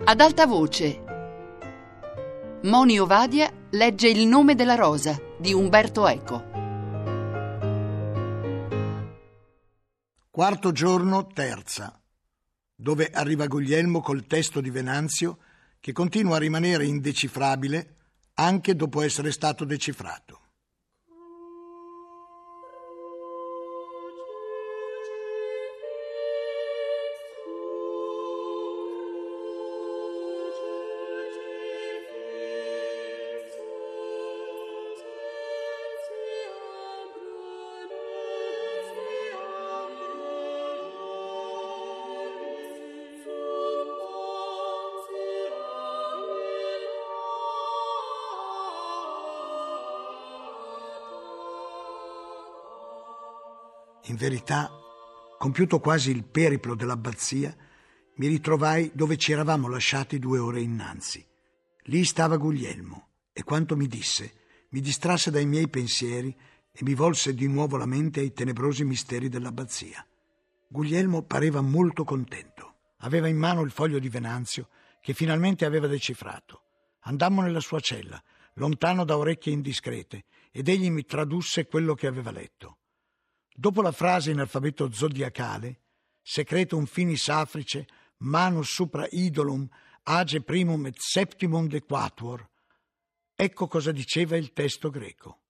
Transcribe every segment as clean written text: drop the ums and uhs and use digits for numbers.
Ad alta voce, Moni Ovadia legge Il nome della rosa di Umberto Eco. Quarto giorno, terza, dove arriva Guglielmo col testo di Venanzio che continua a rimanere indecifrabile anche dopo essere stato decifrato. In verità, compiuto quasi il periplo dell'abbazia, mi ritrovai dove ci eravamo lasciati 2 ore innanzi. Lì stava Guglielmo e quanto mi disse mi distrasse dai miei pensieri e mi volse di nuovo la mente ai tenebrosi misteri dell'abbazia. Guglielmo pareva molto contento. Aveva in mano il foglio di Venanzio che finalmente aveva decifrato. Andammo nella sua cella, lontano da orecchie indiscrete, ed egli mi tradusse quello che aveva letto. Dopo la frase in alfabeto zodiacale, secretum finis africe, manus supra idolum, age primum et septimum dequatur, ecco cosa diceva il testo greco.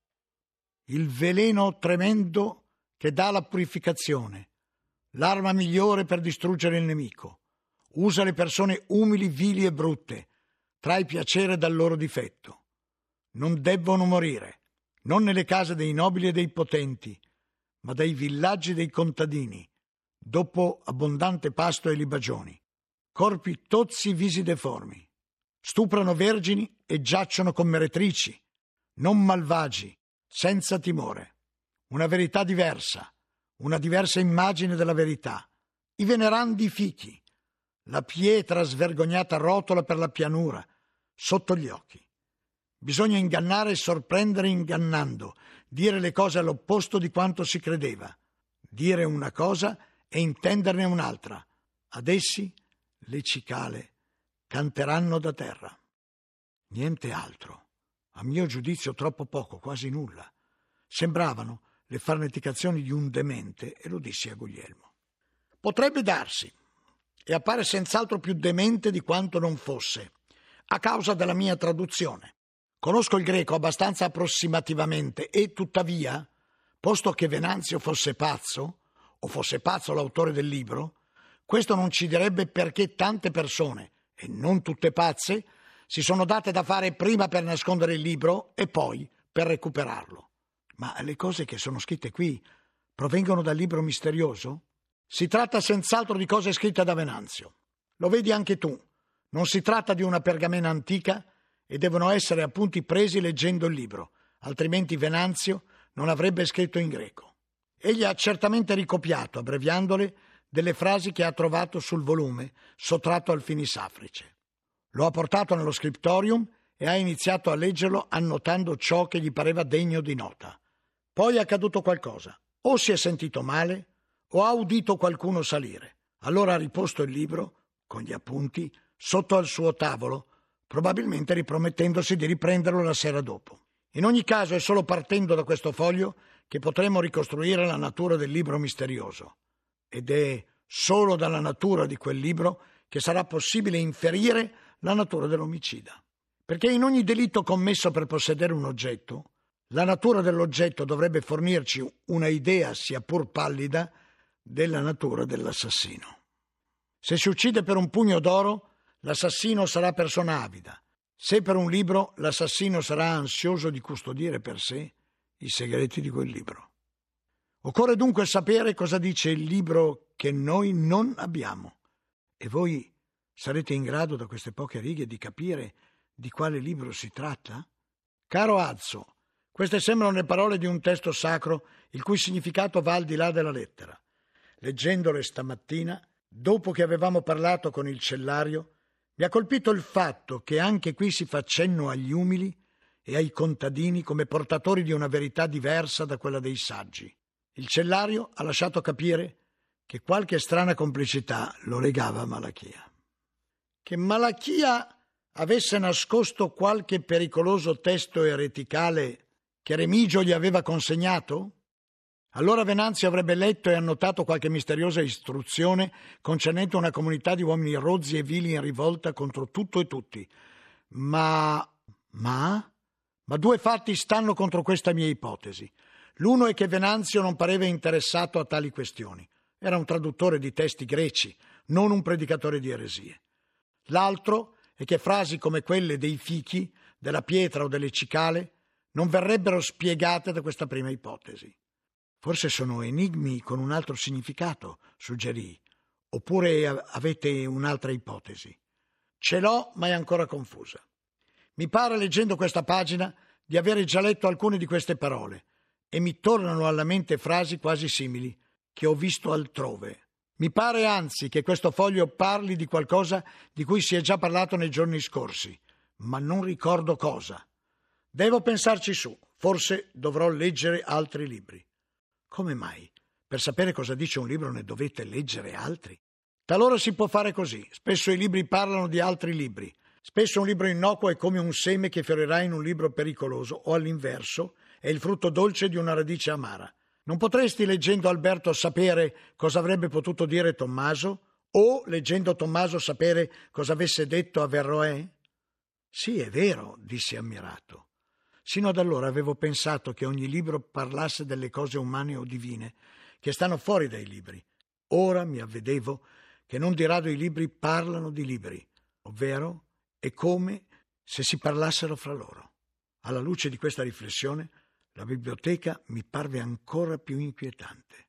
Il veleno tremendo che dà la purificazione, l'arma migliore per distruggere il nemico, usa le persone umili, vili e brutte, trae piacere dal loro difetto. Non debbono morire, non nelle case dei nobili e dei potenti, ma dai villaggi dei contadini, dopo abbondante pasto e libagioni. Corpi tozzi, visi deformi. Stuprano vergini e giacciono con meretrici, non malvagi, senza timore. Una verità diversa, una diversa immagine della verità. I venerandi fichi, la pietra svergognata rotola per la pianura, sotto gli occhi. Bisogna ingannare e sorprendere ingannando, dire le cose all'opposto di quanto si credeva, dire una cosa e intenderne un'altra. Ad essi le cicale canteranno da terra. Niente altro, a mio giudizio troppo poco, quasi nulla. Sembravano le farneticazioni di un demente e lo dissi a Guglielmo. Potrebbe darsi, e appare senz'altro più demente di quanto non fosse, a causa della mia traduzione. Conosco il greco abbastanza approssimativamente e, tuttavia, posto che Venanzio fosse pazzo, o fosse pazzo l'autore del libro, questo non ci direbbe perché tante persone, e non tutte pazze, si sono date da fare prima per nascondere il libro e poi per recuperarlo. Ma le cose che sono scritte qui provengono dal libro misterioso? Si tratta senz'altro di cose scritte da Venanzio. Lo vedi anche tu, non si tratta di una pergamena antica e devono essere appunti presi leggendo il libro, altrimenti Venanzio non avrebbe scritto in greco. Egli ha certamente ricopiato, abbreviandole, delle frasi che ha trovato sul volume, sottratto al Finis Africe. Lo ha portato nello scriptorium e ha iniziato a leggerlo annotando ciò che gli pareva degno di nota. Poi è accaduto qualcosa. O si è sentito male, o ha udito qualcuno salire. Allora ha riposto il libro, con gli appunti, sotto al suo tavolo, probabilmente ripromettendosi di riprenderlo la sera dopo. In ogni caso è solo partendo da questo foglio che potremo ricostruire la natura del libro misterioso. Ed è solo dalla natura di quel libro che sarà possibile inferire la natura dell'omicida. Perché in ogni delitto commesso per possedere un oggetto, la natura dell'oggetto dovrebbe fornirci una idea, sia pur pallida, della natura dell'assassino. Se si uccide per un pugno d'oro, l'assassino sarà persona avida. Se per un libro, l'assassino sarà ansioso di custodire per sé i segreti di quel libro. Occorre dunque sapere cosa dice il libro che noi non abbiamo. E voi sarete in grado da queste poche righe di capire di quale libro si tratta? Caro Azzo, queste sembrano le parole di un testo sacro il cui significato va al di là della lettera. Leggendole stamattina, dopo che avevamo parlato con il cellario, mi ha colpito il fatto che anche qui si fa cenno agli umili e ai contadini come portatori di una verità diversa da quella dei saggi. Il cellario ha lasciato capire che qualche strana complicità lo legava a Malachia. Che Malachia avesse nascosto qualche pericoloso testo ereticale che Remigio gli aveva consegnato? Allora Venanzio avrebbe letto e annotato qualche misteriosa istruzione concernente una comunità di uomini rozzi e vili in rivolta contro tutto e tutti. Ma due fatti stanno contro questa mia ipotesi. L'uno è che Venanzio non pareva interessato a tali questioni. Era un traduttore di testi greci, non un predicatore di eresie. L'altro è che frasi come quelle dei fichi, della pietra o delle cicale non verrebbero spiegate da questa prima ipotesi. Forse sono enigmi con un altro significato, suggerì. Oppure avete un'altra ipotesi? Ce l'ho, ma è ancora confusa. Mi pare, leggendo questa pagina, di avere già letto alcune di queste parole e mi tornano alla mente frasi quasi simili che ho visto altrove. Mi pare anzi che questo foglio parli di qualcosa di cui si è già parlato nei giorni scorsi, ma non ricordo cosa. Devo pensarci su, forse dovrò leggere altri libri. Come mai? Per sapere cosa dice un libro ne dovete leggere altri? Talora si può fare così, spesso i libri parlano di altri libri. Spesso un libro innocuo è come un seme che fiorirà in un libro pericoloso, o all'inverso, è il frutto dolce di una radice amara. Non potresti, leggendo Alberto, sapere cosa avrebbe potuto dire Tommaso? O, leggendo Tommaso, sapere cosa avesse detto Averroè? Sì, è vero, dissi ammirato. Sino ad allora avevo pensato che ogni libro parlasse delle cose umane o divine, che stanno fuori dai libri. Ora mi avvedevo che non di rado i libri parlano di libri, ovvero è come se si parlassero fra loro. Alla luce di questa riflessione, la biblioteca mi parve ancora più inquietante.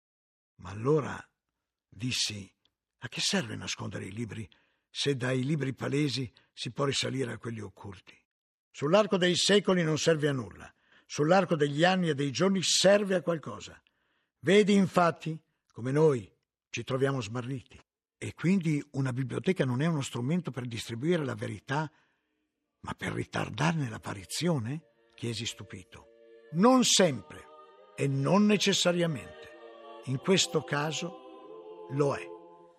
Ma allora dissi: a che serve nascondere i libri se dai libri palesi si può risalire a quelli occulti? Sull'arco dei secoli non serve a nulla, sull'arco degli anni e dei giorni serve a qualcosa. Vedi infatti come noi ci troviamo smarriti. E quindi una biblioteca non è uno strumento per distribuire la verità, ma per ritardarne l'apparizione? Chiesi stupito. Non sempre e non necessariamente. In questo caso lo è.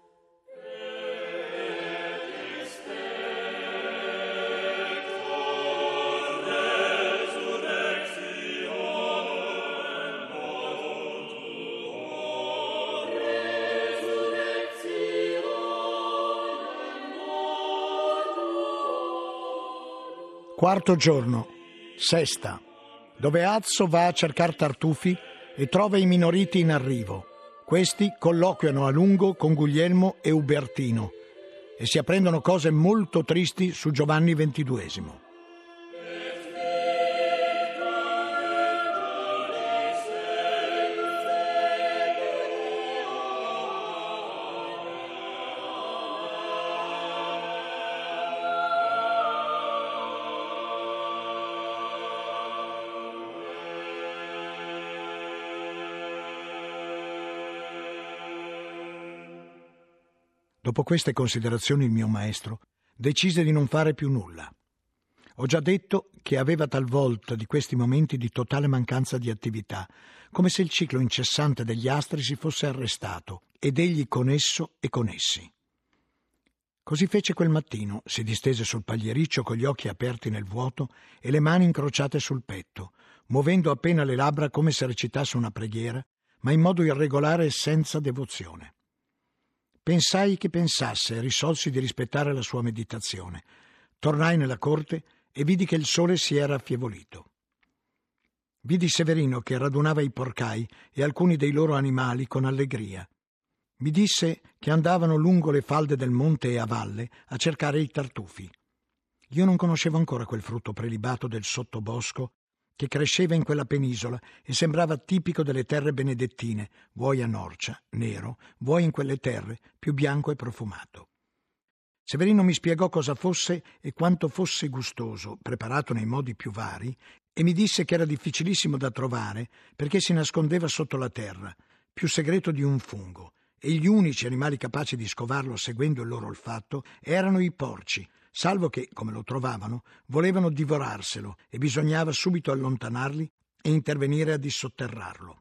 Quarto giorno, sesta, dove Azzo va a cercare tartufi e trova i minoriti in arrivo. Questi colloquiano a lungo con Guglielmo e Ubertino e si apprendono cose molto tristi su Giovanni XXII. Dopo queste considerazioni il mio maestro decise di non fare più nulla. Ho già detto che aveva talvolta di questi momenti di totale mancanza di attività, come se il ciclo incessante degli astri si fosse arrestato ed egli con esso e con essi. Così fece quel mattino, si distese sul pagliericcio con gli occhi aperti nel vuoto e le mani incrociate sul petto, muovendo appena le labbra come se recitasse una preghiera, ma in modo irregolare e senza devozione. Pensai che pensasse e risolsi di rispettare la sua meditazione. Tornai nella corte e vidi che il sole si era affievolito. Vidi Severino che radunava i porcai e alcuni dei loro animali con allegria. Mi disse che andavano lungo le falde del monte e a valle a cercare i tartufi. Io non conoscevo ancora quel frutto prelibato del sottobosco che cresceva in quella penisola e sembrava tipico delle terre benedettine, vuoi a Norcia, nero, vuoi in quelle terre, più bianco e profumato. Severino mi spiegò cosa fosse e quanto fosse gustoso, preparato nei modi più vari, e mi disse che era difficilissimo da trovare perché si nascondeva sotto la terra, più segreto di un fungo, e gli unici animali capaci di scovarlo seguendo il loro olfatto erano i porci, salvo che, come lo trovavano, volevano divorarselo e bisognava subito allontanarli e intervenire a dissotterrarlo.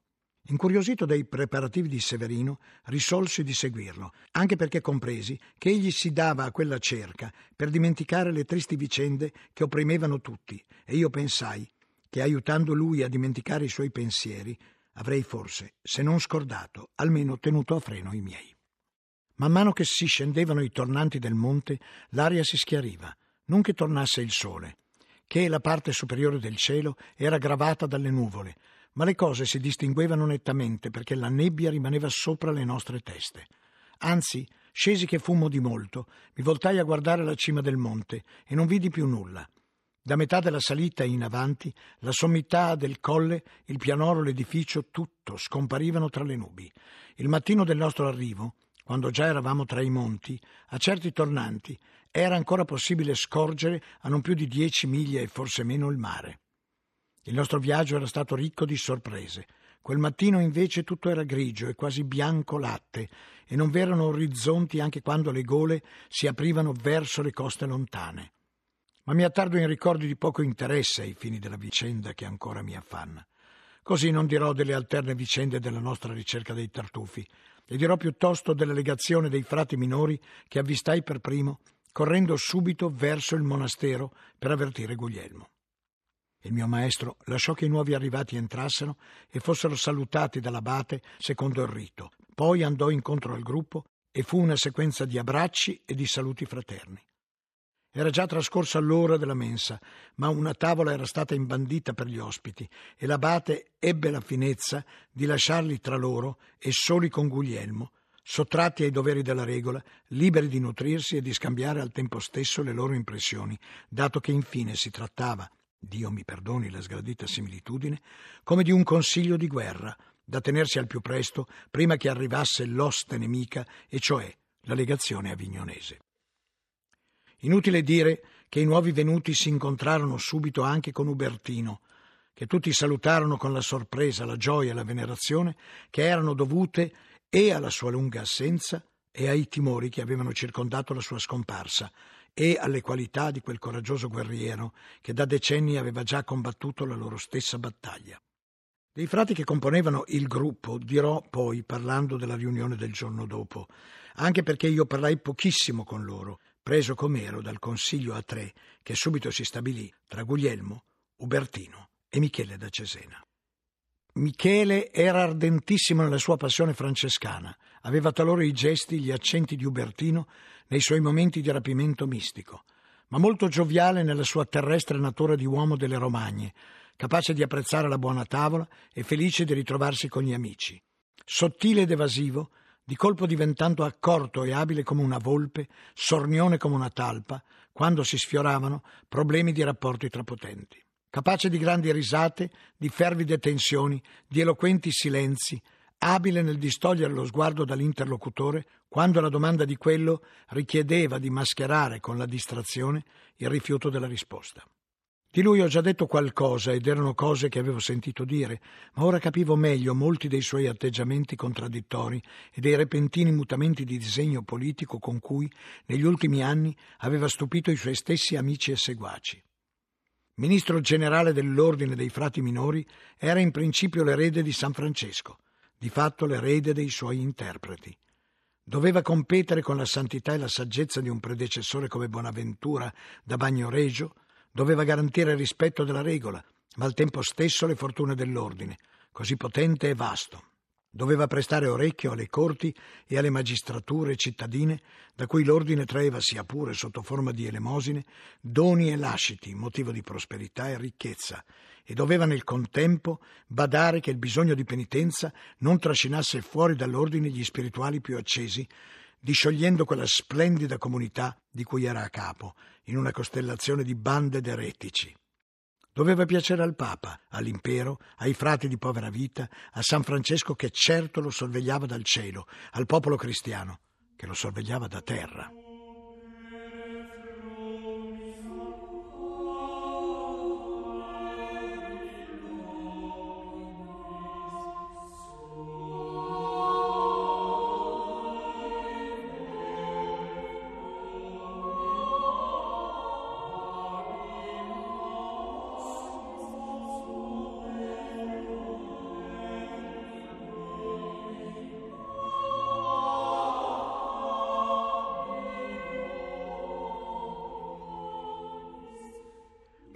Incuriosito dai preparativi di Severino, risolsi di seguirlo, anche perché compresi che egli si dava a quella cerca per dimenticare le tristi vicende che opprimevano tutti, e io pensai che aiutando lui a dimenticare i suoi pensieri avrei forse, se non scordato, almeno tenuto a freno i miei. Man mano che si scendevano i tornanti del monte, l'aria si schiariva, non che tornasse il sole, che la parte superiore del cielo era gravata dalle nuvole, ma le cose si distinguevano nettamente perché la nebbia rimaneva sopra le nostre teste. Anzi, scesi che fummo di molto, mi voltai a guardare la cima del monte e non vidi più nulla. Da metà della salita in avanti, la sommità del colle, il pianoro, l'edificio, tutto scomparivano tra le nubi. Il mattino del nostro arrivo, quando già eravamo tra i monti, a certi tornanti era ancora possibile scorgere a non più di 10 miglia e forse meno il mare. Il nostro viaggio era stato ricco di sorprese. Quel mattino invece tutto era grigio e quasi bianco latte e non v'erano orizzonti anche quando le gole si aprivano verso le coste lontane. Ma mi attardo in ricordi di poco interesse ai fini della vicenda che ancora mi affanna. Così non dirò delle alterne vicende della nostra ricerca dei tartufi, e dirò piuttosto della legazione dei frati minori che avvistai per primo, correndo subito verso il monastero per avvertire Guglielmo. Il mio maestro lasciò che i nuovi arrivati entrassero e fossero salutati dall'abate secondo il rito. Poi andò incontro al gruppo e fu una sequenza di abbracci e di saluti fraterni. Era già trascorsa l'ora della mensa, ma una tavola era stata imbandita per gli ospiti e l'abate ebbe la finezza di lasciarli tra loro e soli con Guglielmo, sottratti ai doveri della regola, liberi di nutrirsi e di scambiare al tempo stesso le loro impressioni, dato che infine si trattava, Dio mi perdoni la sgradita similitudine, come di un consiglio di guerra, da tenersi al più presto prima che arrivasse l'oste nemica, e cioè la legazione avignonese. Inutile dire che i nuovi venuti si incontrarono subito anche con Ubertino, che tutti salutarono con la sorpresa, la gioia e la venerazione che erano dovute e alla sua lunga assenza e ai timori che avevano circondato la sua scomparsa e alle qualità di quel coraggioso guerriero che da decenni aveva già combattuto la loro stessa battaglia. Dei frati che componevano il gruppo dirò poi parlando della riunione del giorno dopo, anche perché io parlai pochissimo con loro, preso com'ero dal consiglio a tre che subito si stabilì tra Guglielmo, Ubertino e Michele da Cesena. Michele era ardentissimo nella sua passione francescana, aveva talora i gesti, gli accenti di Ubertino nei suoi momenti di rapimento mistico, ma molto gioviale nella sua terrestre natura di uomo delle romagne, capace di apprezzare la buona tavola e felice di ritrovarsi con gli amici. Sottile ed evasivo, di colpo diventando accorto e abile come una volpe, sornione come una talpa, quando si sfioravano problemi di rapporti tra potenti. Capace di grandi risate, di fervide tensioni, di eloquenti silenzi, abile nel distogliere lo sguardo dall'interlocutore, quando la domanda di quello richiedeva di mascherare con la distrazione il rifiuto della risposta. Di lui ho già detto qualcosa ed erano cose che avevo sentito dire, ma ora capivo meglio molti dei suoi atteggiamenti contraddittori e dei repentini mutamenti di disegno politico con cui, negli ultimi anni, aveva stupito i suoi stessi amici e seguaci. Ministro generale dell'ordine dei frati minori, era in principio l'erede di San Francesco, di fatto l'erede dei suoi interpreti. Doveva competere con la santità e la saggezza di un predecessore come Bonaventura da Bagnoregio, doveva garantire il rispetto della regola, ma al tempo stesso le fortune dell'ordine, così potente e vasto. Doveva prestare orecchio alle corti e alle magistrature cittadine, da cui l'ordine traeva, sia pure sotto forma di elemosine, doni e lasciti, motivo di prosperità e ricchezza, e doveva nel contempo badare che il bisogno di penitenza non trascinasse fuori dall'ordine gli spirituali più accesi, disciogliendo quella splendida comunità di cui era a capo, in una costellazione di bande d'eretici. Doveva piacere al Papa, all'impero, ai frati di povera vita, a San Francesco che certo lo sorvegliava dal cielo, al popolo cristiano che lo sorvegliava da terra.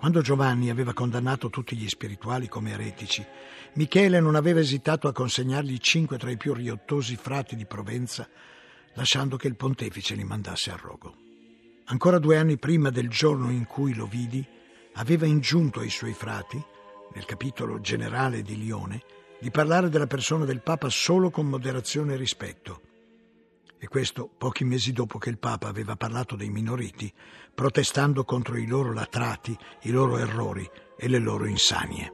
Quando Giovanni aveva condannato tutti gli spirituali come eretici, Michele non aveva esitato a consegnargli 5 tra i più riottosi frati di Provenza, lasciando che il pontefice li mandasse a rogo. Ancora 2 anni prima del giorno in cui lo vidi, aveva ingiunto ai suoi frati, nel capitolo generale di Lione, di parlare della persona del Papa solo con moderazione e rispetto. E questo pochi mesi dopo che il Papa aveva parlato dei minoriti, protestando contro i loro latrati, i loro errori e le loro insanie.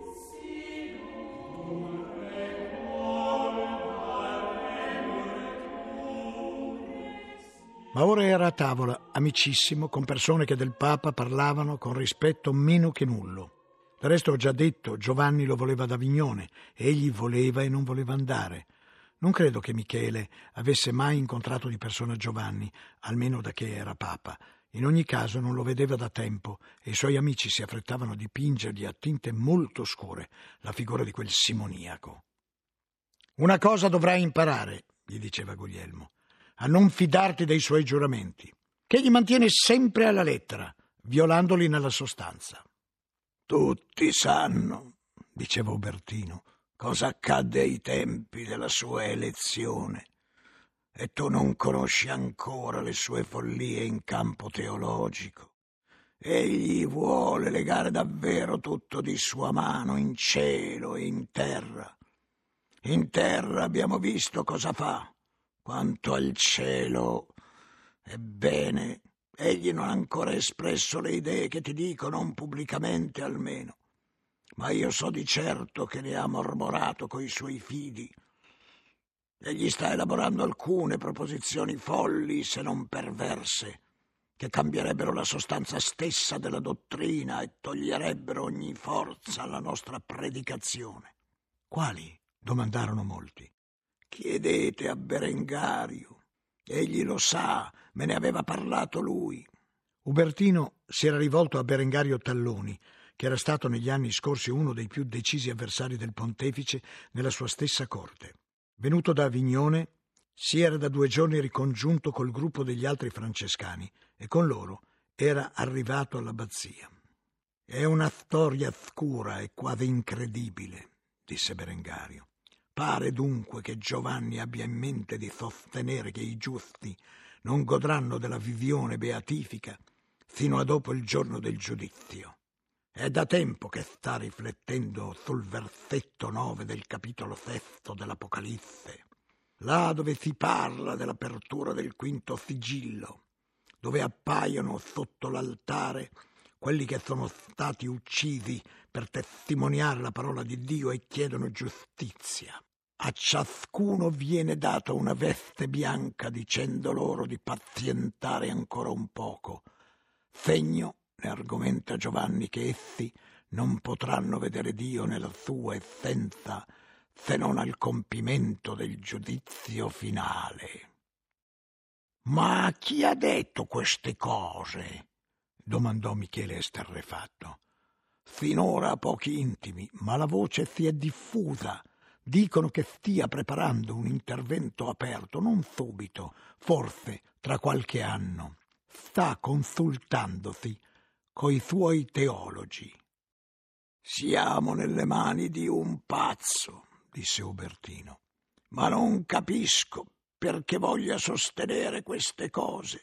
Ma ora era a tavola, amicissimo, con persone che del Papa parlavano con rispetto meno che nullo. Del resto ho già detto, Giovanni lo voleva ad Avignone, egli voleva e non voleva andare. Non credo che Michele avesse mai incontrato di persona Giovanni, almeno da che era Papa. In ogni caso non lo vedeva da tempo e i suoi amici si affrettavano a dipingergli a tinte molto scure la figura di quel simoniaco. «Una cosa dovrai imparare», gli diceva Guglielmo, «a non fidarti dei suoi giuramenti, che egli mantiene sempre alla lettera, violandoli nella sostanza». «Tutti sanno», diceva Ubertino, «cosa accadde ai tempi della sua elezione, e tu non conosci ancora le sue follie in campo teologico. Egli vuole legare davvero tutto di sua mano in cielo e in terra. In terra abbiamo visto cosa fa. Quanto al cielo, ebbene, egli non ha ancora espresso le idee che ti dico, non pubblicamente almeno. Ma io so di certo che ne ha mormorato coi suoi fidi. Egli sta elaborando alcune proposizioni folli, se non perverse, che cambierebbero la sostanza stessa della dottrina e toglierebbero ogni forza alla nostra predicazione. «Quali?» domandarono molti. «Chiedete a Berengario. Egli lo sa, me ne aveva parlato lui». Ubertino si era rivolto a Berengario Talloni, che era stato negli anni scorsi uno dei più decisi avversari del pontefice nella sua stessa corte. Venuto da Avignone, si era da 2 giorni ricongiunto col gruppo degli altri francescani e con loro era arrivato all'abbazia. «È una storia scura e quasi incredibile», disse Berengario. «Pare dunque che Giovanni abbia in mente di sostenere che i giusti non godranno della visione beatifica fino a dopo il giorno del giudizio. È da tempo che sta riflettendo sul versetto 9 del capitolo 6 dell'Apocalisse, là dove si parla dell'apertura del 5° sigillo, dove appaiono sotto l'altare quelli che sono stati uccisi per testimoniare la parola di Dio e chiedono giustizia. A ciascuno viene data una veste bianca dicendo loro di pazientare ancora un poco, segno, ne argomenta Giovanni, che essi non potranno vedere Dio nella sua essenza se non al compimento del giudizio finale». «Ma chi ha detto queste cose?» domandò Michele esterrefatto. «Finora pochi intimi, ma la voce si è diffusa. Dicono che stia preparando un intervento aperto, non subito, forse tra qualche anno. Sta consultandosi coi suoi teologi». «Siamo nelle mani di un pazzo», disse Ubertino, «ma non capisco perché voglia sostenere queste cose».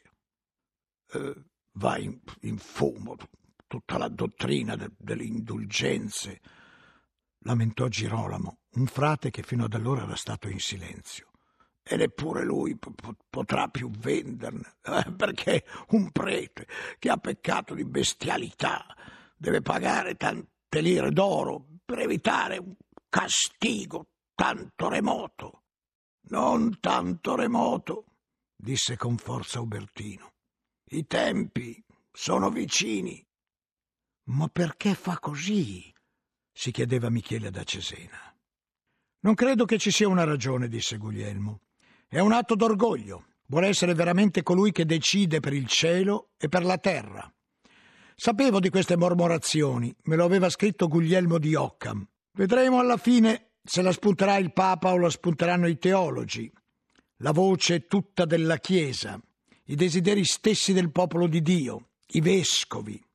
«Va in fumo tutta la dottrina delle indulgenze», lamentò Girolamo, un frate che fino ad allora era stato in silenzio. «E neppure lui potrà più venderne, perché un prete che ha peccato di bestialità deve pagare tante lire d'oro per evitare un castigo tanto remoto». «Non tanto remoto», disse con forza Ubertino. «I tempi sono vicini». «Ma perché fa così?» si chiedeva Michele da Cesena. «Non credo che ci sia una ragione», disse Guglielmo. «È un atto d'orgoglio. Vuole essere veramente colui che decide per il cielo e per la terra. Sapevo di queste mormorazioni, me lo aveva scritto Guglielmo di Occam. Vedremo alla fine se la spunterà il Papa o la spunteranno i teologi. La voce tutta della Chiesa, i desideri stessi del popolo di Dio, i vescovi.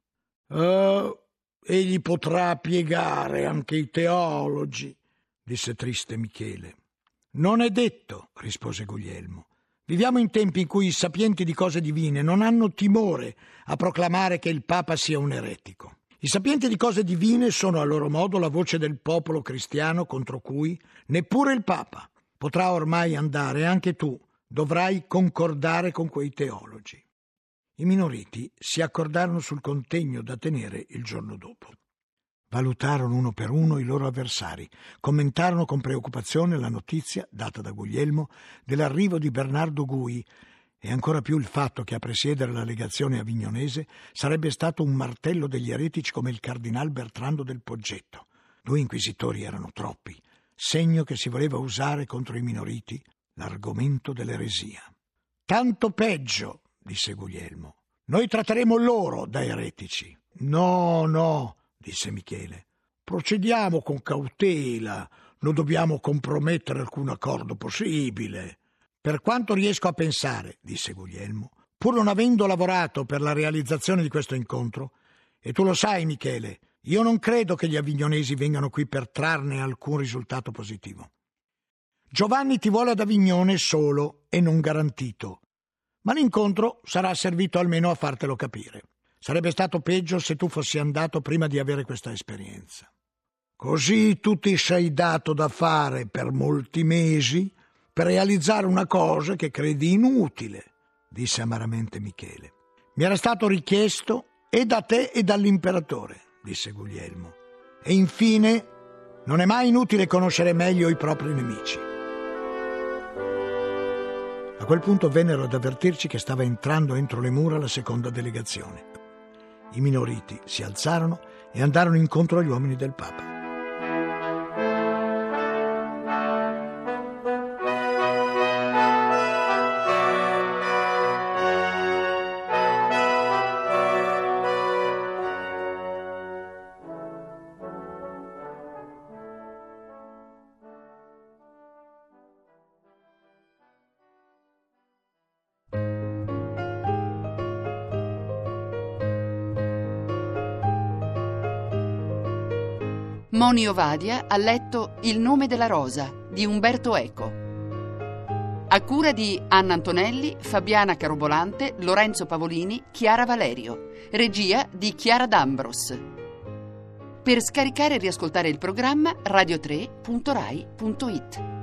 Egli potrà piegare anche i teologi, disse triste Michele. Non è detto, rispose Guglielmo. Viviamo in tempi in cui i sapienti di cose divine non hanno timore a proclamare che il Papa sia un eretico. I sapienti di cose divine sono a loro modo la voce del popolo cristiano contro cui neppure il Papa potrà ormai andare, e anche tu dovrai concordare con quei teologi. I minoriti si accordarono sul contegno da tenere il giorno dopo. Valutarono uno per uno i loro avversari, commentarono con preoccupazione la notizia, data da Guglielmo, dell'arrivo di Bernardo Gui e ancora più il fatto che a presiedere la legazione avignonese sarebbe stato un martello degli eretici come il cardinal Bertrando del Poggetto. 2 inquisitori erano troppi, segno che si voleva usare contro i minoriti l'argomento dell'eresia. Tanto peggio, disse Guglielmo. Noi tratteremo loro da eretici. No, disse Michele. Procediamo con cautela, non dobbiamo compromettere alcun accordo possibile. Per quanto riesco a pensare, disse Guglielmo, pur non avendo lavorato per la realizzazione di questo incontro, e tu lo sai, Michele, io non credo che gli avignonesi vengano qui per trarne alcun risultato positivo. Giovanni ti vuole ad Avignone solo e non garantito, ma l'incontro sarà servito almeno a fartelo capire. Sarebbe stato peggio se tu fossi andato prima di avere questa esperienza. Così tu ti sei dato da fare per molti mesi per realizzare una cosa che credi inutile, disse amaramente Michele. Mi era stato richiesto e da te e dall'imperatore, disse Guglielmo. E infine, non è mai inutile conoscere meglio i propri nemici. A quel punto vennero ad avvertirci che stava entrando entro le mura la seconda delegazione. I minoriti si alzarono e andarono incontro agli uomini del Papa. Moni Ovadia ha letto Il nome della rosa di Umberto Eco. A cura di Anna Antonelli, Fabiana Carobolante, Lorenzo Pavolini, Chiara Valerio. Regia di Chiara D'Ambros. Per scaricare e riascoltare il programma radio3.rai.it.